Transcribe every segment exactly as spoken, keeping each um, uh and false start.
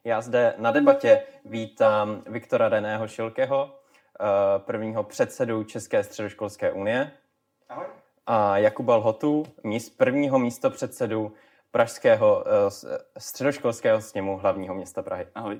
Já zde na debatě vítám Viktora Reného Šilkeho, prvního předsedu České středoškolské unie. Ahoj. A Jakuba Lhotu, prvního místopředsedu Pražského středoškolského sněmu hlavního města Prahy. Ahoj.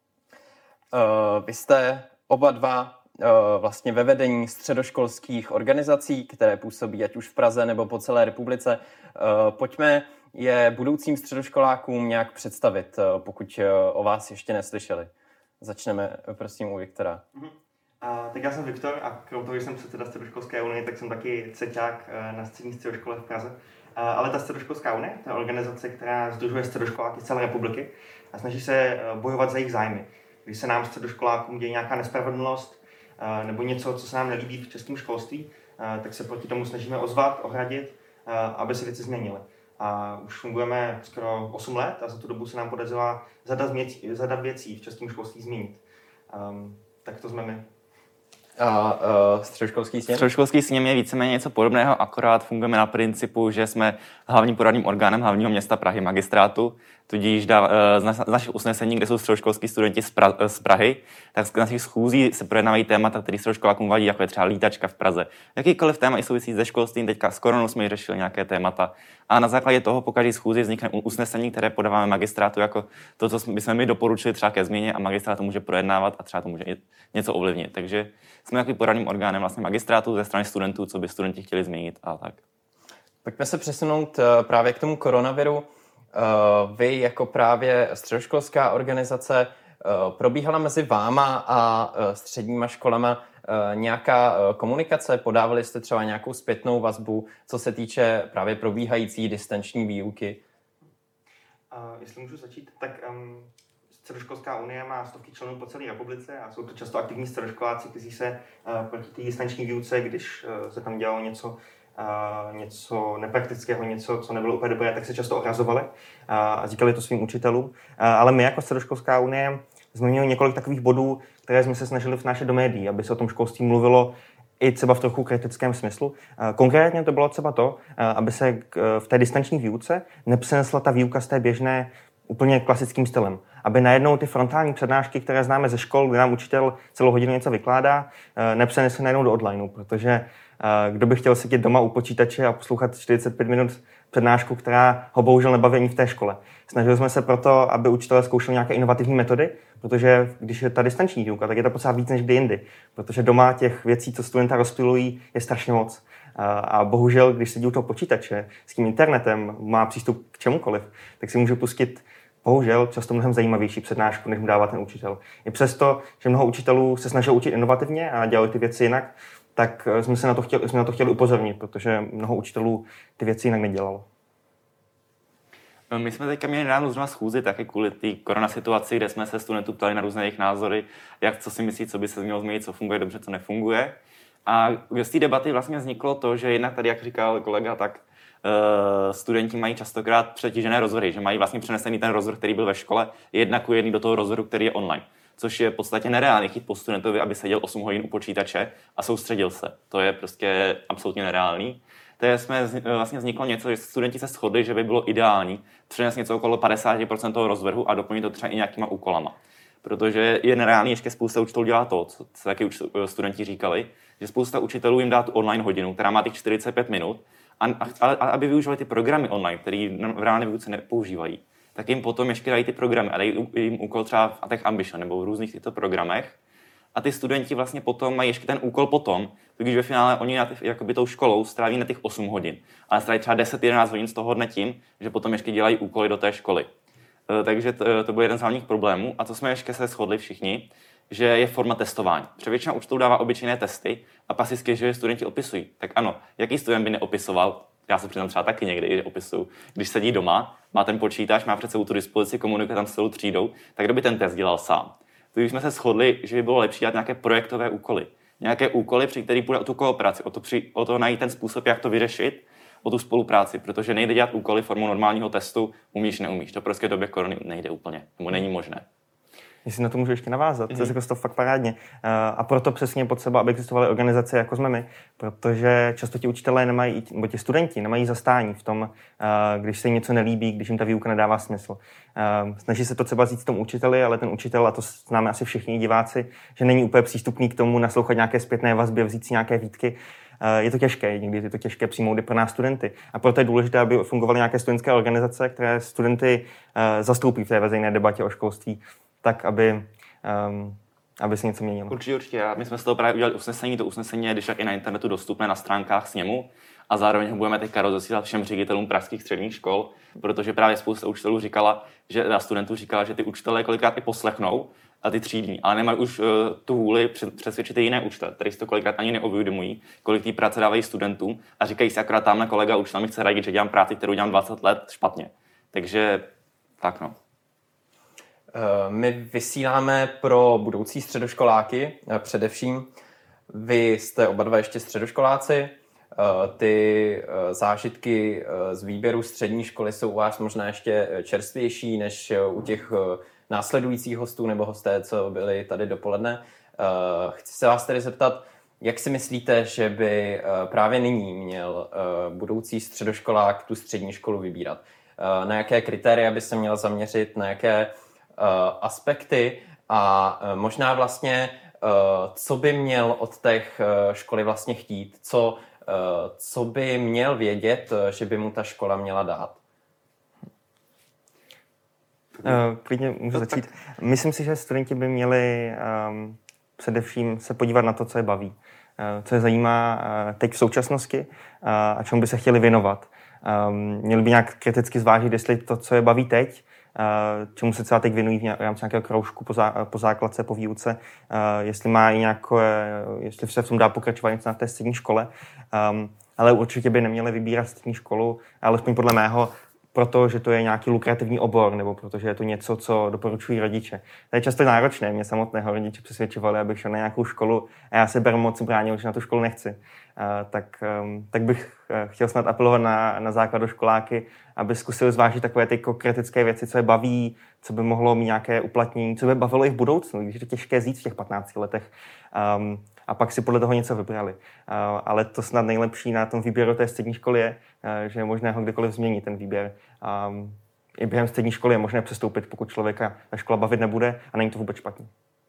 Vy jste oba dva vlastně ve vedení středoškolských organizací, které působí ať už v Praze nebo po celé republice. Pojďme je budoucím středoškolákům nějak představit, pokud o vás ještě neslyšeli. Začneme, prosím, u Viktora. Uh-huh. A, tak já jsem Viktor a krom toho, že jsem předseda středoškolské unie, tak jsem taky ceťák na střední středoškole v Praze. A, ale ta středoškolská unie, to je organizace, která sdružuje středoškoláky z celé republiky a snaží se bojovat za jejich zájmy. Když se nám středoškolákům děje nějaká nespravedlnost nebo něco, co se nám nelíbí v českém školství, tak se proti tomu snažíme ozvat, ohradit, aby se věci změnily. A už fungujeme skoro osm let a za tu dobu se nám podařila řada věcí v českém školství změnit. Um, tak to jsme my. A uh, středoškolský sněm? Středoškolský sněm je víceméně něco podobného, akorát fungujeme na principu, že jsme hlavním poradním orgánem hlavního města Prahy, magistrátu, tudíž dá, z našich usnesení, kde jsou středoškolskí studenti z, pra, z Prahy, tak z našich schůzí se projednávají témata, které středoškolákům vadí, jako je třeba lítačka v Praze. Jakýkoliv téma i souvisí se školstvím, teďka s koronou jsme řešili nějaké témata. A na základě toho po každé schůzi vznikne usnesení, které podáváme magistrátu jako to, co bychom my doporučili třeba ke změně a magistrát to může projednávat a třeba to může něco ovlivnit. Takže jsme takovým poradním orgánem vlastně magistrátu ze strany studentů, co by studenti chtěli změnit a tak. Pojďme se přesunout právě k tomu koronaviru. Vy jako právě středoškolská organizace probíhala mezi váma a středníma školama nějaká komunikace? Podávali jste třeba nějakou zpětnou vazbu, co se týče právě probíhající distanční výuky? Uh, jestli můžu začít, tak um, Středoškolská unie má stovky členů po celé republice a jsou to často aktivní středoškoláci, kteří se uh, proti té distanční výuce, když uh, se tam dělalo něco, Uh, něco nepraktického, něco, co nebylo úplně dobré, tak se často ohrazovali uh, a říkali to svým učitelům. Uh, ale my jako Středoškolská unie jsme měli několik takových bodů, které jsme se snažili vnášet do médií, aby se o tom školství mluvilo i třeba v trochu kritickém smyslu. Uh, konkrétně to bylo třeba to, uh, aby se k, v té distanční výuce nepřenesla ta výuka z té běžné úplně klasickým stylem. Aby najednou ty frontální přednášky, které známe ze škol, kde nám učitel celou hodinu něco vykládá, nepřenesly najednou do onlineu, protože kdo by chtěl sedět doma u počítače a poslouchat čtyřicet pět minut přednášku, která ho bohužel nebaví ani v té škole. Snažili jsme se proto, aby učitelé zkoušeli nějaké inovativní metody, protože když je ta distanční výuka, tak je to potřeba víc než kdy jindy, protože doma těch věcí, co studenta rozptilují, je strašně moc. A bohužel, když sedí u toho počítače s tím internetem, má přístup k čemukoliv, tak si může pustit bohužel často mnohem zajímavější přednášku, než mu dává ten učitel. I přesto, že mnoho učitelů se snažilo učit inovativně a dělali ty věci jinak, tak jsme se na to chtěli, jsme na to chtěli upozornit, protože mnoho učitelů ty věci jinak nedělalo. My jsme teďka měli nedávno zrovna schůzi taky kvůli té korona situaci, kde jsme se studentů ptali na různé jejich názory, jak co si myslí, co by se mělo změnit, co funguje dobře, co nefunguje. A z té debaty vlastně vzniklo to, že jednak tady, jak říkal kolega, tak Uh, studenti mají častokrát přetížené rozvrhy, že mají vlastně přenesený ten rozvrh, který byl ve škole, jednak jedný do toho rozvrhu, který je online. Což je v podstatě nereálný chtít po studentovi, aby seděl osm hodin u počítače a soustředil se. To je prostě absolutně nereálný. Takže jsme vlastně vzniklo něco, že studenti se shodli, že by bylo ideální přenést něco okolo padesát procent toho rozvrhu a doplnit to třeba i nějakýma úkolama. Protože je nereálný, ještě spousta učitelů dělá to, co taky studenti říkali, že spousta učitelů jim dá tu online hodinu, která má těch čtyřicet pět minut, A, a, a aby využívali ty programy online, které v reálné výuce nepoužívají, tak jim potom ještě dají ty programy a dají jim úkol třeba v Atech Ambition nebo v různých těchto programech. A ty studenti vlastně potom mají ještě ten úkol potom, když ve finále oni na ty, jakoby tou školou stráví na těch osm hodin. Ale stráví třeba deset jedenáct hodin z toho dne tím, že potom ještě dělají úkoly do té školy. E, takže to, to byl jeden z hlavních problémů. A co jsme ještě se shodli všichni, že je forma testování. Protože většina učitelů dává obyčejné testy a pak si stěžuje, že studenti opisují. Tak ano, jaký student by neopisoval? Já se přiznám třeba taky někdy, že opisuju. Když sedí doma, má ten počítač, má před sebou tu dispozici, komunikuje tam s celou třídou, tak kdo by ten test dělal sám? Když jsme se shodli, že by bylo lepší dát nějaké projektové úkoly. Nějaké úkoly, při kterých půjde o tu kooperaci, o to, při, o to najít ten způsob, jak to vyřešit, o tu spolupráci, protože nejde dělat úkoly formou normálního testu, umíš, neumíš. To prostě v době korony nejde úplně, nebo není možné. Jestli na to můžu ještě navázat, mm-hmm. to řekl to fakt parádně. A proto přesně je potřeba, aby existovaly organizace jako jsme my, protože často ti učitelé nemají, nebo ti studenti nemají zastání v tom, když se jim něco nelíbí, když jim ta výuka nedává smysl. Snaží se to třeba říct tomu učiteli, ale ten učitel, a to známe asi všichni diváci, že není úplně přístupný k tomu naslouchat nějaké zpětné vazbě, vzít si nějaké výtky. Je to těžké, někdy je to těžké přijmout i pro nás studenty. A proto je důležité, aby fungovaly nějaké studentské organizace, které studenty zastoupí v té veřejné debatě o školství, tak, aby, um, aby se něco měnilo. Určitě, určitě. My jsme z toho právě udělali usnesení. To usnesení je, když tak i na internetu dostupné na stránkách sněmu. A zároveň ho budeme teďka rozesílat všem ředitelům pražských středních škol, protože právě spousta učitelů říkala, že a studentů říkala, že ty učitelé kolikrát i poslechnou a ty třídní, ale nemají už uh, tu vůli přesvědčit i jiné učitele, který si to kolikrát ani neuvědomují, kolik té práce dávají studentům a říkají si akorát tamhle kolega učitel mi chce radit, že dělám práci, kterou dělám dvacet let špatně. Takže tak no. My vysíláme pro budoucí středoškoláky především. Vy jste oba dva ještě středoškoláci. Ty zážitky z výběru střední školy jsou u vás možná ještě čerstvější než u těch následujících hostů nebo hosté, co byli tady dopoledne. Chci se vás tedy zeptat, jak si myslíte, že by právě nyní měl budoucí středoškolák tu střední školu vybírat? Na jaké kritéria by se měl zaměřit, na jaké aspekty a možná vlastně, co by měl od těch školy vlastně chtít, co, co by měl vědět, že by mu ta škola měla dát? Klidně můžu začít. Myslím si, že studenti by měli um, především se podívat na to, co je baví, uh, co je zajímá uh, teď v současnosti uh, a čemu by se chtěli věnovat. Um, měli by nějak kriticky zvážit, jestli to, co je baví teď, uh, čemu se třeba teď věnují v rámci nějakého kroužku po, zá, po základce, po výuce, uh, jestli má i nějaké, jestli se v tom dá pokračovat něco na té střední škole. Um, ale určitě by neměli vybírat střední školu, alespoň podle mého, protože to je nějaký lukrativní obor, nebo protože je to něco, co doporučují rodiče. To je často náročné. Mě samotného rodiče přesvědčovali, abych šel na nějakou školu a já se beru moc bránil, že na tu školu nechci. Uh, tak, um, tak bych uh, chtěl snad apelovat na, na základoškoláky, aby zkusili zvážit takové ty kritické věci, co je baví, co by mohlo mít nějaké uplatnění, co by bavilo i v budoucnu, když je to těžké říct v těch patnácti letech. Um, a pak si podle toho něco vybrali. Uh, ale to snad nejlepší na tom výběru té střední školy je, uh, že je možné ho kdykoliv změnit, ten výběr. Um, I během střední školy je možné přestoupit, pokud člověka ta škola bavit nebude a není to vůbec špatně.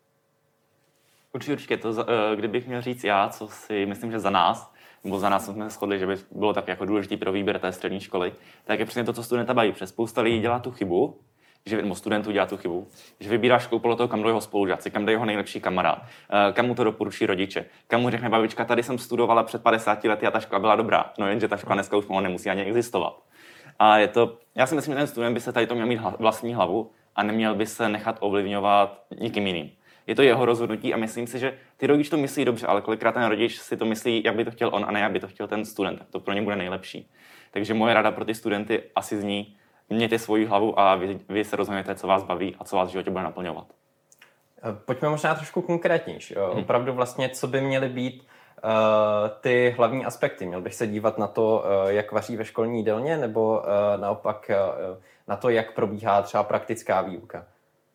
Určitě, určitě. To, uh, kdybych měl říct já, co si myslím, že za nás, nebo za nás jsme se shodli, že by bylo tak jako důležitý pro výběr té střední školy, tak je přesně to, co studenta baví. Přes spousta lidí dělá tu chybu, že, nebo studentů dělá tu chybu, že vybírá školu podle toho, kam jdou jeho spolužáci, kam jde jeho nejlepší kamarád, kam mu to doporučí rodiče, kam mu řekne babička, tady jsem studovala před padesáti lety a ta škola byla dobrá. No jenže ta škola dneska už nemusí ani existovat. A je to, já si myslím, že ten student by se tady to měl mít vlastní hlavu a neměl by se nechat ovlivňovat nikým jiným. Je to jeho rozhodnutí a myslím si, že ty rodič to myslí dobře, ale kolikrát ten rodič si to myslí, jak by to chtěl on a ne jak by to chtěl ten student. To pro ně bude nejlepší. Takže moje rada pro ty studenty asi zní: mějte svoji hlavu a vy, vy se rozhodněte, co vás baví a co vás v životě bude naplňovat. Pojďme možná trošku konkrétnější. Hmm. Opravdu vlastně, co by měly být uh, ty hlavní aspekty? Měl bych se dívat na to, uh, jak vaří ve školní jídelně, nebo uh, naopak uh, na to, jak probíhá třeba praktická výuka?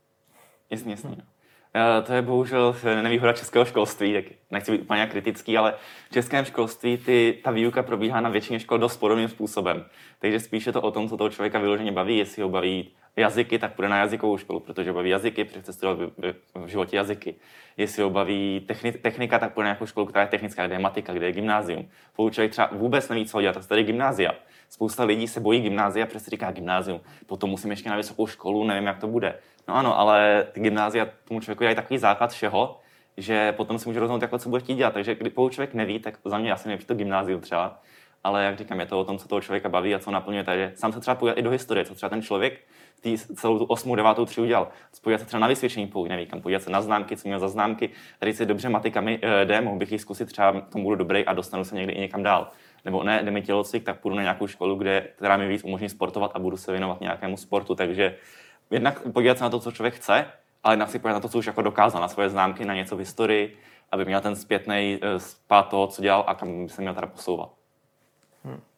Jasně, jasně. Hmm. To je bohužel nevýhoda českého školství, tak nechci být úplně kritický, ale v českém školství ty, ta výuka probíhá na většině škol dost podobným způsobem. Takže spíše to o tom, co toho člověka vyloženě baví, jestli ho baví jazyky, tak půjde na jazykovou školu, protože ho baví jazyky, protože chce studovat v životě jazyky. Jestli ho baví technika, tak půjde na nějakou školu, která je technická, kde je matika, kde je gymnázium. Pokud člověk třeba vůbec neví, co dělat, tak tady je gymnázia. Spousta lidí se bojí gymnázia, protože říká gymnázium. Potom musím ještě na vysokou školu, nevím, jak to bude. No ano, ale ty gymnázia tomu člověku dají takový základ všeho, že potom si může rozhodnout, jako, co bude chtít dělat. Takže když pokud člověk neví, tak za mě asi neví to gymnázium třeba. Ale jak říkám, je to o tom, co toho člověka baví a co naplňuje. Takže sám se třeba podívat i do historie, co třeba ten člověk tý, celou tu osmou, devátou tří udělal. Podívat se třeba na vysvědčení, pokud neví kam, podívat se na známky, co měl za známky, tady si dobře matikami jde, mohl bych ji zkusit, třeba tomu budu dobrý a dostanu se někdy i někam dál. Nebo ne, jde mi tělocvik, tak půjdu na nějakou školu, kde, která mi víc umožní sportovat a budu se věnovat nějakému sportu. Takže jednak podívat se na to, co člověk chce, ale jednak si podívat na to, co už jako dokázal, na svoje známky, na něco v historii, aby měl ten zpětný spát toho, co dělal a kam by se měl teda posouvat. Hmm.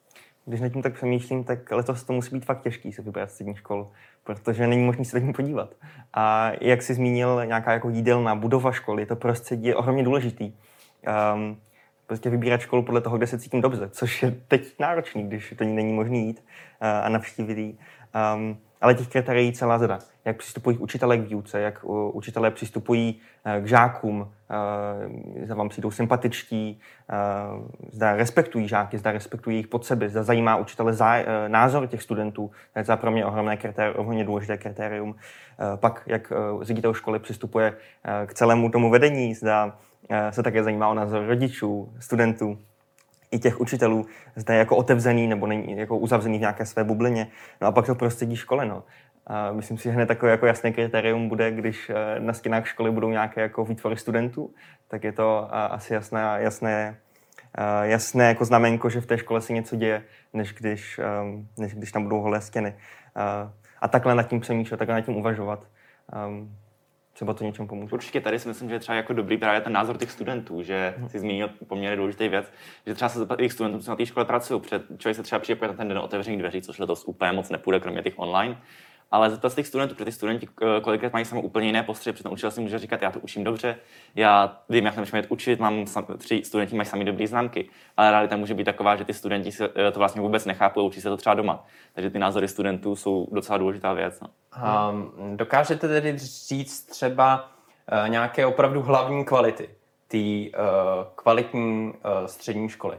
když nad tím tak přemýšlím, tak letos to musí být fakt těžký se vybrat střední školu, protože není možné se tím podívat. A jak jsi zmínil, nějaká jako jídelna, budova školy, to prostředí je ohromně důležitý. Um, prostě vybírat školu podle toho, kde se cítím dobře, což je teď náročný, když to není možné jít uh, a navštívit jí. Um, ale těch kritérií celá řada. Jak přistupují učitelé k výuce, jak uh, učitelé přistupují uh, k žákům, uh, zda vám přijdou sympatičtí, uh, zda respektují žáky, zda respektují jejich potřeby, zda zajímá učitele zá, uh, názor těch studentů. To je pro mě ohromné kritérium, ohromně důležité kritérium. Uh, pak, jak uh, ředitel školy přistupuje uh, k celému tomu vedení, zda uh, se také zajímá o názor rodičů, studentů i těch učitelů, zda je jako otevřený nebo není jako uzavřený v nějaké své bublině. No a pak to prostředí školy, no. A myslím si, že hned takové jako jasné kritérium bude, když na stěnách školy budou nějaké jako výtvory studentů, tak je to asi jasné, jasné, jasné jako znamenko, že v té škole se něco děje, než když, než když tam budou holé stěny. A takhle nad tím přemýšlet, takhle nad tím uvažovat. Třeba to něčem pomůže. Určitě tady si myslím, že je třeba jako dobrý právě ten názor těch studentů, že si zmínil poměrně důležitý věc, že třeba se zeptat těch studentů, co na té škole pracují, protože člověk se třeba přijde na ten den otevřených dveří, což letos úplně moc nepůjde, kromě těch online. Ale zeptat se těch studentů, protože ty studenti kolikrát mají samo úplně jiné postřehy, protože ten učitel si může říkat, já to učím dobře, já vím, jak se učit, mám sam, tři studenti mají sami dobré známky, ale realita může být taková, že ty studenti to vlastně vůbec nechápou, učí se to třeba doma. Takže ty názory studentů jsou docela důležitá věc. No. Um, dokážete tedy říct třeba uh, nějaké opravdu hlavní kvality té uh, kvalitní uh, střední školy?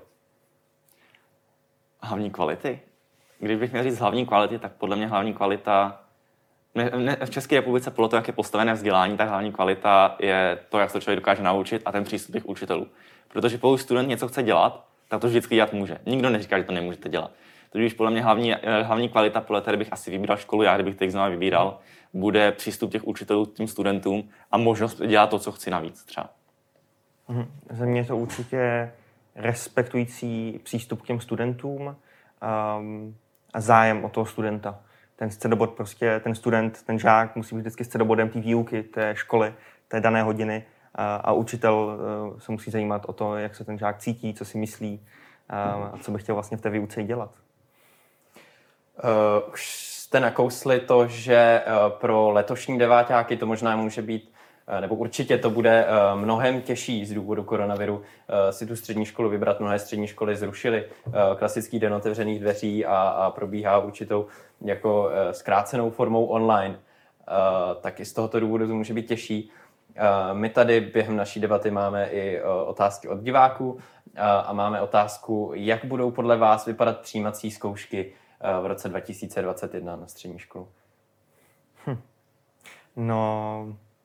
Hlavní kvality? Když bych měl říct hlavní kvality, tak podle mě hlavní kvalita v České republice podle toho, jak je postavené vzdělání, tak hlavní kvalita je to, jak se člověk dokáže naučit a ten přístup těch učitelů. Protože pokud student něco chce dělat, tak to vždycky dělat může. Nikdo neříká, že to nemůžete dělat. Tudíž podle mě hlavní, hlavní kvalita, podle které bych asi vybíral školu, já kdybych teď znovu vybíral, bude přístup těch učitelů k těm studentům a možnost dělat to, co chci navíc třeba. Mhm. Za mě je to určitě respektující přístup k těm studentům um, a zájem o toho studenta. Ten středobod prostě, ten student, ten žák musí být vždycky středobodem té výuky, té školy, té dané hodiny a, a učitel uh, se musí zajímat o to, jak se ten žák cítí, co si myslí uh, a co by chtěl vlastně v té výuce dělat. Uh, už jste nakousli to, že uh, pro letošní deváťáky to možná může být, uh, nebo určitě to bude uh, mnohem těžší z důvodu koronaviru uh, si tu střední školu vybrat. Mnohé střední školy zrušily uh, klasický den otevřených dveří a, a probíhá určitou jako uh, zkrácenou formou online. Uh, tak i z tohoto důvodu to může být těžší. Uh, my tady během naší debaty máme i uh, otázky od diváků uh, a máme otázku, jak budou podle vás vypadat přijímací zkoušky v roce dva tisíce dvacet jedna na střední školu? Hm. No,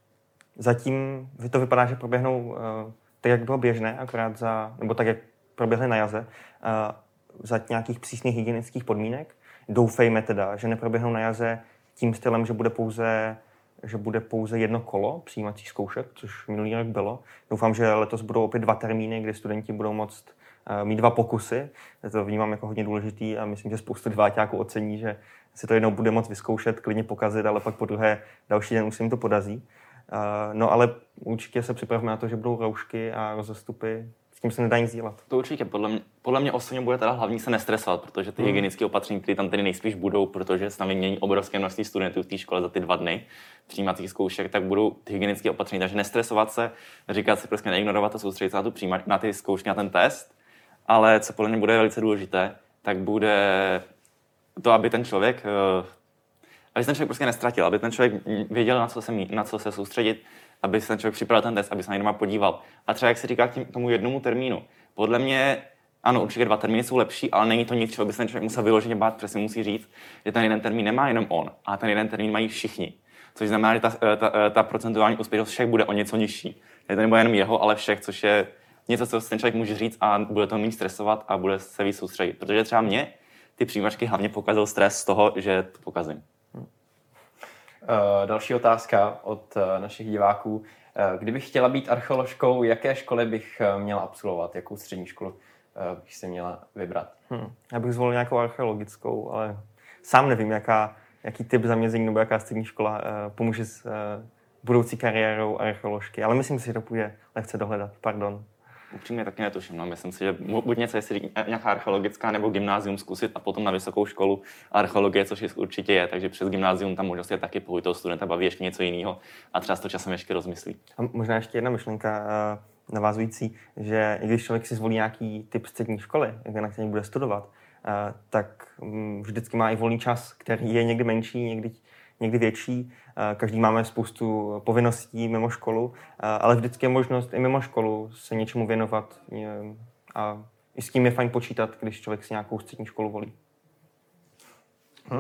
zatím to vypadá, že proběhnou uh, tak, jak bylo běžné, akorát za, nebo tak, jak proběhly na jaře, uh, za nějakých přísných hygienických podmínek. Doufejme teda, že neproběhnou na jaře tím stylem, že bude pouze, že bude pouze jedno kolo přijímacích zkoušek, což minulý rok bylo. Doufám, že letos budou opět dva termíny, kdy studenti budou moct mít dva pokusy. To vnímám jako hodně důležitý a myslím, že spoustu deváťáků ocení, že si to jednou bude moct vyzkoušet, klidně pokazit, ale pak po druhé další den už se jim to podaří. No ale určitě se připravíme na to, že budou roušky a rozestupy. S tím se nedá nic dělat. To určitě. Podle mě, podle mě osobně bude teda hlavní se nestresovat, protože ty hmm. hygienické opatření, které tam tedy nejspíš budou, protože se tam vymění obrovské množství studentů v té škole za ty dva dny přijímacích zkoušek, tak budou ty hygienické opatření. Takže nestresovat se, říkat si prostě neignorovat a soustředit se na, tu přijíma, na ty zkoušky, na ten test. Ale co podle mě bude velice důležité, tak bude to, aby ten člověk, aby ten člověk prostě nestratil, aby ten člověk věděl, na co se, na co se soustředit, aby se ten člověk připravil ten test, aby se na něj doma podíval. A třeba, jak se říká k tomu jednomu termínu, podle mě, ano, určitě dva termíny jsou lepší, ale není to nic, čeho by se ten člověk musel vyloženě bát, protože si musí říct, že ten jeden termín nemá jenom on, a ten jeden termín mají všichni. Což znamená, že ta, ta, ta procentuální úspěšnost všech bude o něco nižší. Je to nebude jenom jeho, ale všech, což je něco, co ten člověk může říct a bude to méně stresovat a bude se víc soustředit. Protože třeba mě ty přijímačky hlavně pokazil stres z toho, že to pokazím. Hmm. Uh, další otázka od uh, našich diváků. Uh, kdybych chtěla být archeoložkou, jaké školy bych uh, měla absolvovat? Jakou střední školu uh, bych si měla vybrat? Hmm. Já bych zvolil nějakou archeologickou, ale sám nevím, jaká, jaký typ zaměření nebo jaká střední škola uh, pomůže s uh, budoucí kariérou archeoložky. Ale myslím si, že to půjde lehce dohledat. Pardon. Upřímně taky netuším. No. Myslím si, že buď něco, jestli nějaká archeologická nebo gymnázium zkusit a potom na vysokou školu archeologie, což určitě je, takže přes gymnázium tam možnost je taky, pokud toho studenta baví ještě něco jiného a třeba to časem ještě rozmyslí. A možná ještě jedna myšlenka navazující, že i když člověk si zvolí nějaký typ střední školy, na který bude studovat, tak vždycky má i volný čas, který je někdy menší, někdy, někdy větší. Každý máme spoustu povinností mimo školu, ale vždycky je možnost i mimo školu se něčemu věnovat a i s tím je fajn počítat, když člověk si nějakou střední školu volí. Hmm. Uh,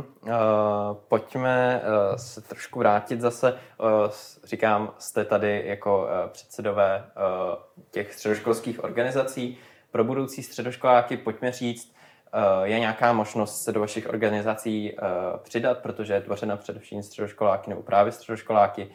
pojďme uh, se trošku vrátit zase. Uh, říkám, jste tady jako uh, předsedové uh, těch středoškolských organizací. Pro budoucí středoškoláky pojďme říct, uh, je nějaká možnost se do vašich organizací uh, přidat, protože je tvořena především středoškoláky nebo právě středoškoláky.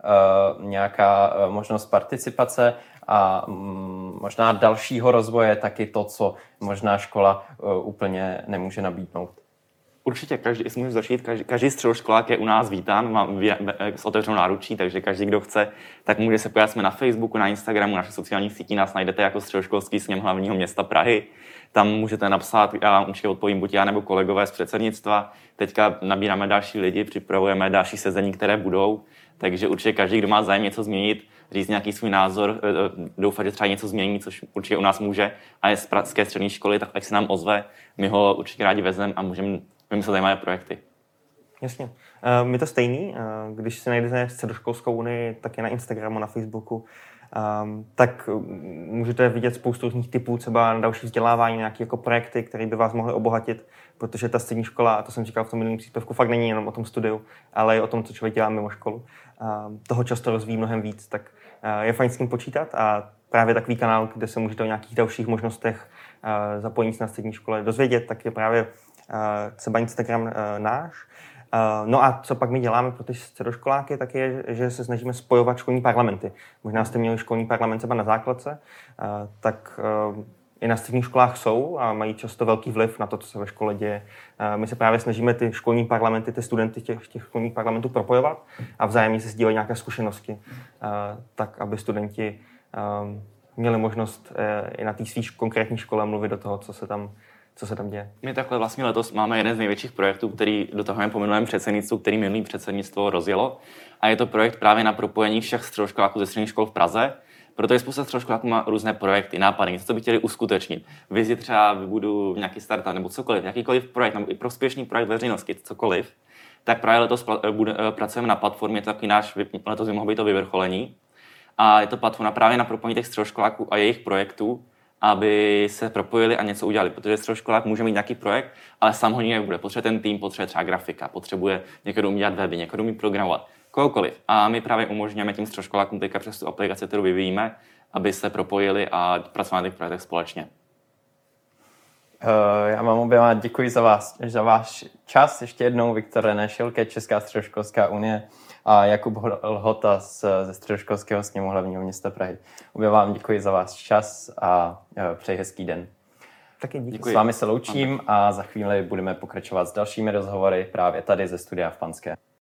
Uh, nějaká uh, možnost participace a um, možná dalšího rozvoje, taky to, co možná škola uh, úplně nemůže nabídnout. Určitě, každý, jestli můžu začít, každý, každý středoškolák je u nás vítán, mám s otevřenou náručí, takže každý, kdo chce, tak může se pojít, jsme na Facebooku, na Instagramu, naše sociální sítí nás najdete jako Středoškolský sněm hlavního města Prahy. Tam můžete napsat, já vám určitě odpovím, buď já nebo kolegové z předsednictva. Teďka nabíráme další lidi, připravujeme další sezení, které budou, takže určitě každý, kdo má zájem něco změnit, říct nějaký svůj názor, doufat, že třeba něco změní, což určitě u nás může, a je z pražské střední školy, tak ať se nám ozve, my ho určitě rádi vezmeme a můžeme vymyslet zajímavé projekty. Jasně. Uh, my to stejný. Uh, když si najdete Středoškolskou unii, tak je na Instagramu, na Facebooku, um, tak můžete vidět spoustu různých typů, třeba na další vzdělávání, nějaké jako projekty, které by vás mohly obohatit, protože ta střední škola, a to jsem říkal v tom minulém příspěvku, fakt není jenom o tom studiu, ale i o tom, co člověk dělá mimo školu. Uh, toho často rozvíjí mnohem víc, tak uh, je fajn s tím počítat a právě takový kanál, kde se můžete o nějakých dalších možnostech uh, zapojení na střední škole dozvědět, tak je právě Uh, třeba Instagram uh, náš. Uh, no a co pak my děláme pro ty středoškoláky, tak je, že se snažíme spojovat školní parlamenty. Možná jste měli školní parlament třeba na základce, uh, tak uh, i na středních školách jsou a mají často velký vliv na to, co se ve škole děje. Uh, my se právě snažíme ty školní parlamenty, ty studenty těch, těch školních parlamentů propojovat a vzájemně se sdílet nějaké zkušenosti, uh, tak aby studenti um, měli možnost uh, i na té své konkrétní škole mluvit do toho, co se tam co se tam děje. My takhle vlastně letos máme jeden z největších projektů, který dotahujeme po minulém předsednictvu, který minulý předsednictvo rozjelo. A je to projekt právě na propojení všech středoškoláků ze středních škol v Praze, protože spousta středoškoláků má různé projekty, nápady, něco, co by chtěli uskutečnit. Vizi třeba vybudu nějaký startup nebo cokoliv, jakýkoliv projekt, nebo i prospěšný projekt veřejnosti, cokoliv. Tak právě letos pracujeme na platformě, to takový náš, letos by mohlo být to vyvrcholení. A je to platforma právě na propojení těch středoškoláků a jejich projektů, aby se propojili a něco udělali, protože středoškolák může mít nějaký projekt, ale sám ho nebude. Potřebuje ten tým, potřebuje třeba grafika, potřebuje někdo umí dělat weby, někdo umí programovat, kohokoliv. A my právě umožňujeme tím středoškolákům teďka přes tu aplikaci, kterou vyvíjíme, aby se propojili a pracovali na těch projektech společně. Uh, já vám oběma děkuji za, vás, za váš čas. Ještě jednou Viktor René Šilke, Česká středoškolská unie, a Jakub Lhota z, ze Středoškolského sněmu hlavního města Prahy. Obě vám děkuji za váš čas a přeji hezký den. Taky díky. Děkuji. S vámi se loučím a za chvíli budeme pokračovat s dalšími rozhovory právě tady ze studia v Panské.